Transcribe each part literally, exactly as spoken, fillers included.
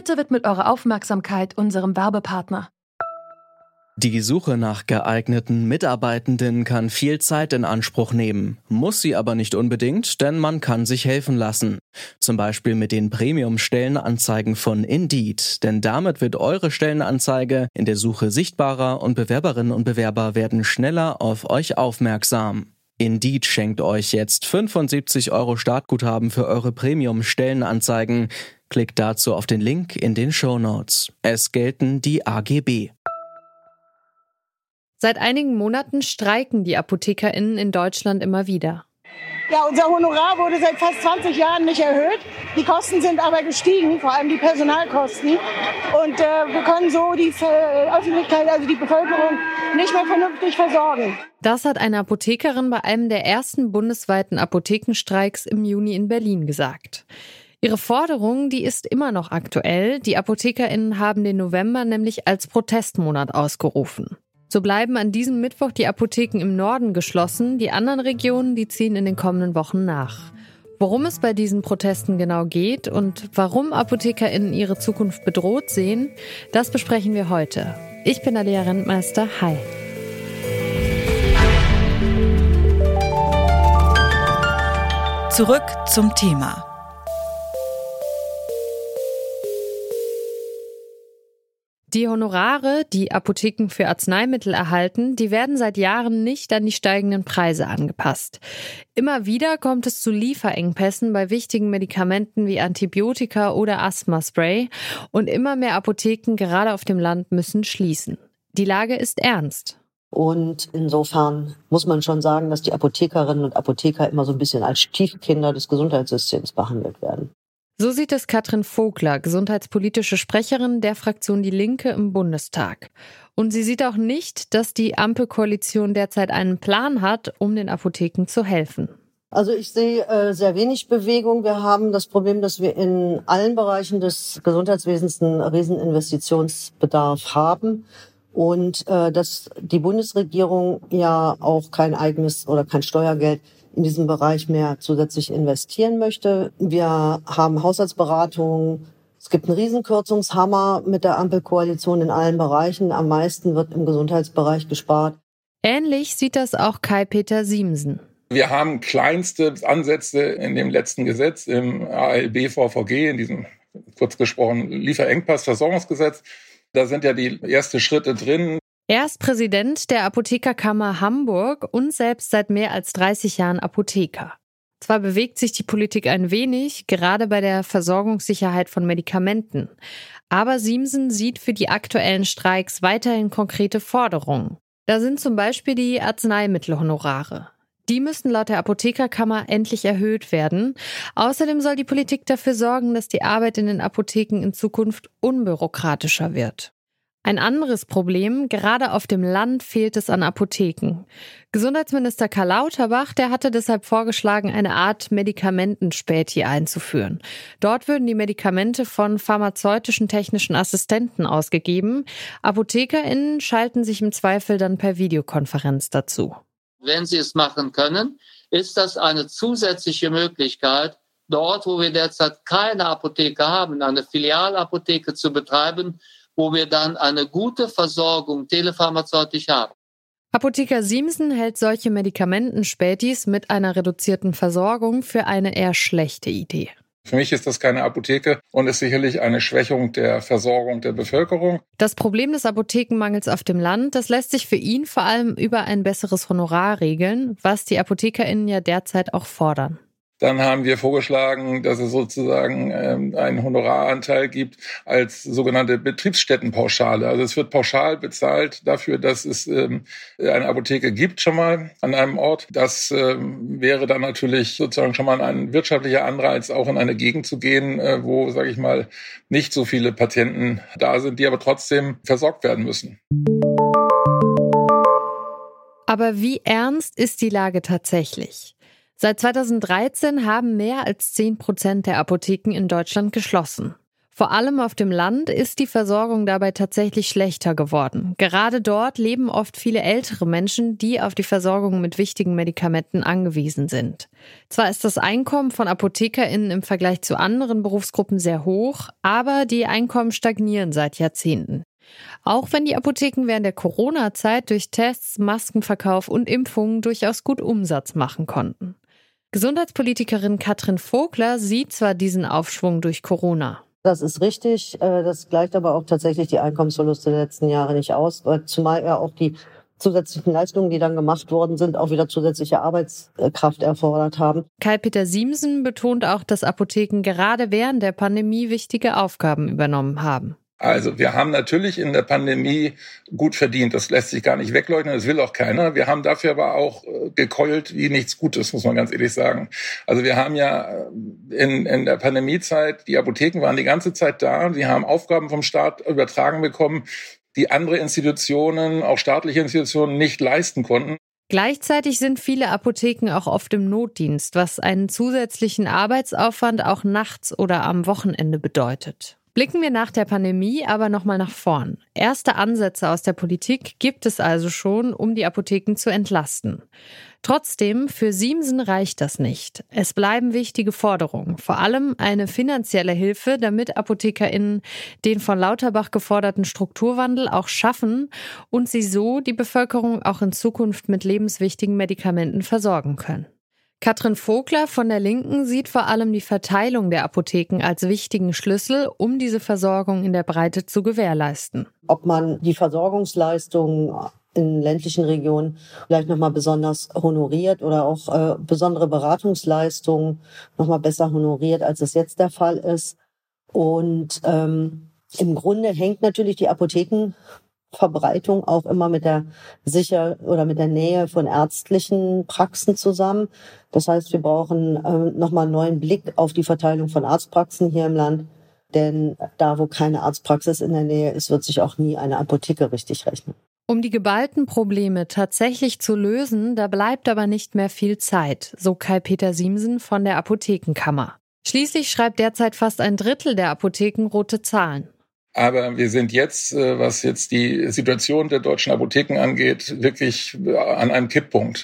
Bitte widmet eure Aufmerksamkeit unserem Werbepartner. Die Suche nach geeigneten Mitarbeitenden kann viel Zeit in Anspruch nehmen, muss sie aber nicht unbedingt, denn man kann sich helfen lassen. Zum Beispiel mit den Premium-Stellenanzeigen von Indeed, denn damit wird eure Stellenanzeige in der Suche sichtbarer und Bewerberinnen und Bewerber werden schneller auf euch aufmerksam. Indeed schenkt euch jetzt fünfundsiebzig Euro Startguthaben für eure Premium-Stellenanzeigen. Klickt dazu auf den Link in den Shownotes. Es gelten die A G B. Seit einigen Monaten streiken die ApothekerInnen in Deutschland immer wieder. Ja, unser Honorar wurde seit fast zwanzig Jahren nicht erhöht. Die Kosten sind aber gestiegen, vor allem die Personalkosten. Und äh, wir können so die Ver- Öffentlichkeit, also die Bevölkerung, nicht mehr vernünftig versorgen. Das hat eine Apothekerin bei einem der ersten bundesweiten Apothekenstreiks im Juni in Berlin gesagt. Ihre Forderung, die ist immer noch aktuell. Die ApothekerInnen haben den November nämlich als Protestmonat ausgerufen. So bleiben an diesem Mittwoch die Apotheken im Norden geschlossen, die anderen Regionen, die ziehen in den kommenden Wochen nach. Worum es bei diesen Protesten genau geht und warum ApothekerInnen ihre Zukunft bedroht sehen, das besprechen wir heute. Ich bin Alia Rentmeister. Hi. Zurück zum Thema. Die Honorare, die Apotheken für Arzneimittel erhalten, die werden seit Jahren nicht an die steigenden Preise angepasst. Immer wieder kommt es zu Lieferengpässen bei wichtigen Medikamenten wie Antibiotika oder Asthmaspray und immer mehr Apotheken, gerade auf dem Land, müssen schließen. Die Lage ist ernst. Und insofern muss man schon sagen, dass die Apothekerinnen und Apotheker immer so ein bisschen als Stiefkinder des Gesundheitssystems behandelt werden. So sieht es Katrin Vogler, gesundheitspolitische Sprecherin der Fraktion Die Linke im Bundestag. Und sie sieht auch nicht, dass die Ampelkoalition derzeit einen Plan hat, um den Apotheken zu helfen. Also ich sehe äh, sehr wenig Bewegung. Wir haben das Problem, dass wir in allen Bereichen des Gesundheitswesens einen riesen Investitionsbedarf haben. Und äh, dass die Bundesregierung ja auch kein eigenes oder kein Steuergeld in diesem Bereich mehr zusätzlich investieren möchte. Wir haben Haushaltsberatungen. Es gibt einen Riesenkürzungshammer mit der Ampelkoalition in allen Bereichen. Am meisten wird im Gesundheitsbereich gespart. Ähnlich sieht das auch Kai-Peter Siemsen. Wir haben kleinste Ansätze in dem letzten Gesetz, im A L B V V G, in diesem kurz gesprochen Lieferengpass-Versorgungsgesetz. Da sind ja die ersten Schritte drin. Er ist Präsident der Apothekerkammer Hamburg und selbst seit mehr als dreißig Jahren Apotheker. Zwar bewegt sich die Politik ein wenig, gerade bei der Versorgungssicherheit von Medikamenten, aber Siemsen sieht für die aktuellen Streiks weiterhin konkrete Forderungen. Da sind zum Beispiel die Arzneimittelhonorare. Die müssen laut der Apothekerkammer endlich erhöht werden. Außerdem soll die Politik dafür sorgen, dass die Arbeit in den Apotheken in Zukunft unbürokratischer wird. Ein anderes Problem, gerade auf dem Land fehlt es an Apotheken. Gesundheitsminister Karl Lauterbach, der hatte deshalb vorgeschlagen, eine Art Medikamentenspäti einzuführen. Dort würden die Medikamente von pharmazeutischen technischen Assistenten ausgegeben. ApothekerInnen schalten sich im Zweifel dann per Videokonferenz dazu. Wenn sie es machen können, ist das eine zusätzliche Möglichkeit, dort, wo wir derzeit keine Apotheke haben, eine Filialapotheke zu betreiben, wo wir dann eine gute Versorgung telepharmazeutisch haben. Apotheker Siemsen hält solche Medikamentenspätis mit einer reduzierten Versorgung für eine eher schlechte Idee. Für mich ist das keine Apotheke und ist sicherlich eine Schwächung der Versorgung der Bevölkerung. Das Problem des Apothekenmangels auf dem Land, das lässt sich für ihn vor allem über ein besseres Honorar regeln, was die ApothekerInnen ja derzeit auch fordern. Dann haben wir vorgeschlagen, dass es sozusagen ähm, einen Honoraranteil gibt als sogenannte Betriebsstättenpauschale. Also es wird pauschal bezahlt dafür, dass es ähm, eine Apotheke gibt schon mal an einem Ort. Das ähm, wäre dann natürlich sozusagen schon mal ein wirtschaftlicher Anreiz, auch in eine Gegend zu gehen, äh, wo, sage ich mal, nicht so viele Patienten da sind, die aber trotzdem versorgt werden müssen. Aber wie ernst ist die Lage tatsächlich? Seit zweitausenddreizehn haben mehr als zehn Prozent der Apotheken in Deutschland geschlossen. Vor allem auf dem Land ist die Versorgung dabei tatsächlich schlechter geworden. Gerade dort leben oft viele ältere Menschen, die auf die Versorgung mit wichtigen Medikamenten angewiesen sind. Zwar ist das Einkommen von ApothekerInnen im Vergleich zu anderen Berufsgruppen sehr hoch, aber die Einkommen stagnieren seit Jahrzehnten. Auch wenn die Apotheken während der Corona-Zeit durch Tests, Maskenverkauf und Impfungen durchaus gut Umsatz machen konnten. Gesundheitspolitikerin Katrin Vogler sieht zwar diesen Aufschwung durch Corona. Das ist richtig. Das gleicht aber auch tatsächlich die Einkommensverluste der letzten Jahre nicht aus, zumal ja auch die zusätzlichen Leistungen, die dann gemacht worden sind, auch wieder zusätzliche Arbeitskraft erfordert haben. Kai-Peter Siemsen betont auch, dass Apotheken gerade während der Pandemie wichtige Aufgaben übernommen haben. Also wir haben natürlich in der Pandemie gut verdient. Das lässt sich gar nicht wegleugnen. Das will auch keiner. Wir haben dafür aber auch gekeult wie nichts Gutes, muss man ganz ehrlich sagen. Also wir haben ja in, in der Pandemiezeit, die Apotheken waren die ganze Zeit da. Sie haben Aufgaben vom Staat übertragen bekommen, die andere Institutionen, auch staatliche Institutionen, nicht leisten konnten. Gleichzeitig sind viele Apotheken auch oft im Notdienst, was einen zusätzlichen Arbeitsaufwand auch nachts oder am Wochenende bedeutet. Blicken wir nach der Pandemie aber nochmal nach vorn. Erste Ansätze aus der Politik gibt es also schon, um die Apotheken zu entlasten. Trotzdem, für Siemsen reicht das nicht. Es bleiben wichtige Forderungen, vor allem eine finanzielle Hilfe, damit ApothekerInnen den von Lauterbach geforderten Strukturwandel auch schaffen und sie so die Bevölkerung auch in Zukunft mit lebenswichtigen Medikamenten versorgen können. Katrin Vogler von der Linken sieht vor allem die Verteilung der Apotheken als wichtigen Schlüssel, um diese Versorgung in der Breite zu gewährleisten. Ob man die Versorgungsleistungen in ländlichen Regionen vielleicht nochmal besonders honoriert oder auch äh, besondere Beratungsleistungen nochmal besser honoriert, als es jetzt der Fall ist. Und ähm, im Grunde hängt natürlich die Apothekenverbreitung auch immer mit der sicher oder mit der Nähe von ärztlichen Praxen zusammen. Das heißt, wir brauchen äh, nochmal einen neuen Blick auf die Verteilung von Arztpraxen hier im Land. Denn da, wo keine Arztpraxis in der Nähe ist, wird sich auch nie eine Apotheke richtig rechnen. Um die geballten Probleme tatsächlich zu lösen, da bleibt aber nicht mehr viel Zeit, so Kai-Peter Siemsen von der Apothekenkammer. Schließlich schreibt derzeit fast ein Drittel der Apotheken rote Zahlen. Aber wir sind jetzt, was jetzt die Situation der deutschen Apotheken angeht, wirklich an einem Kipppunkt.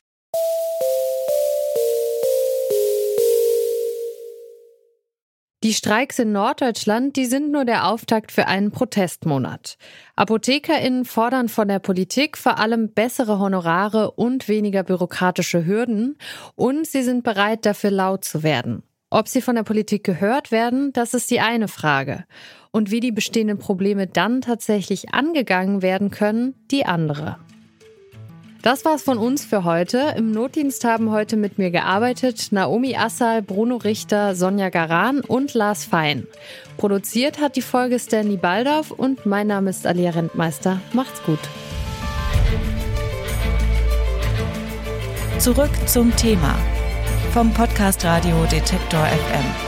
Die Streiks in Norddeutschland, die sind nur der Auftakt für einen Protestmonat. ApothekerInnen fordern von der Politik vor allem bessere Honorare und weniger bürokratische Hürden. Und sie sind bereit, dafür laut zu werden. Ob sie von der Politik gehört werden, das ist die eine Frage. Und wie die bestehenden Probleme dann tatsächlich angegangen werden können, die andere. Das war's von uns für heute. Im Notdienst haben heute mit mir gearbeitet Naomi Assal, Bruno Richter, Sonja Garan und Lars Fein. Produziert hat die Folge Stanley Baldauf und mein Name ist Alia Rentmeister. Macht's gut. Zurück zum Thema vom Podcast Radio Detektor F M.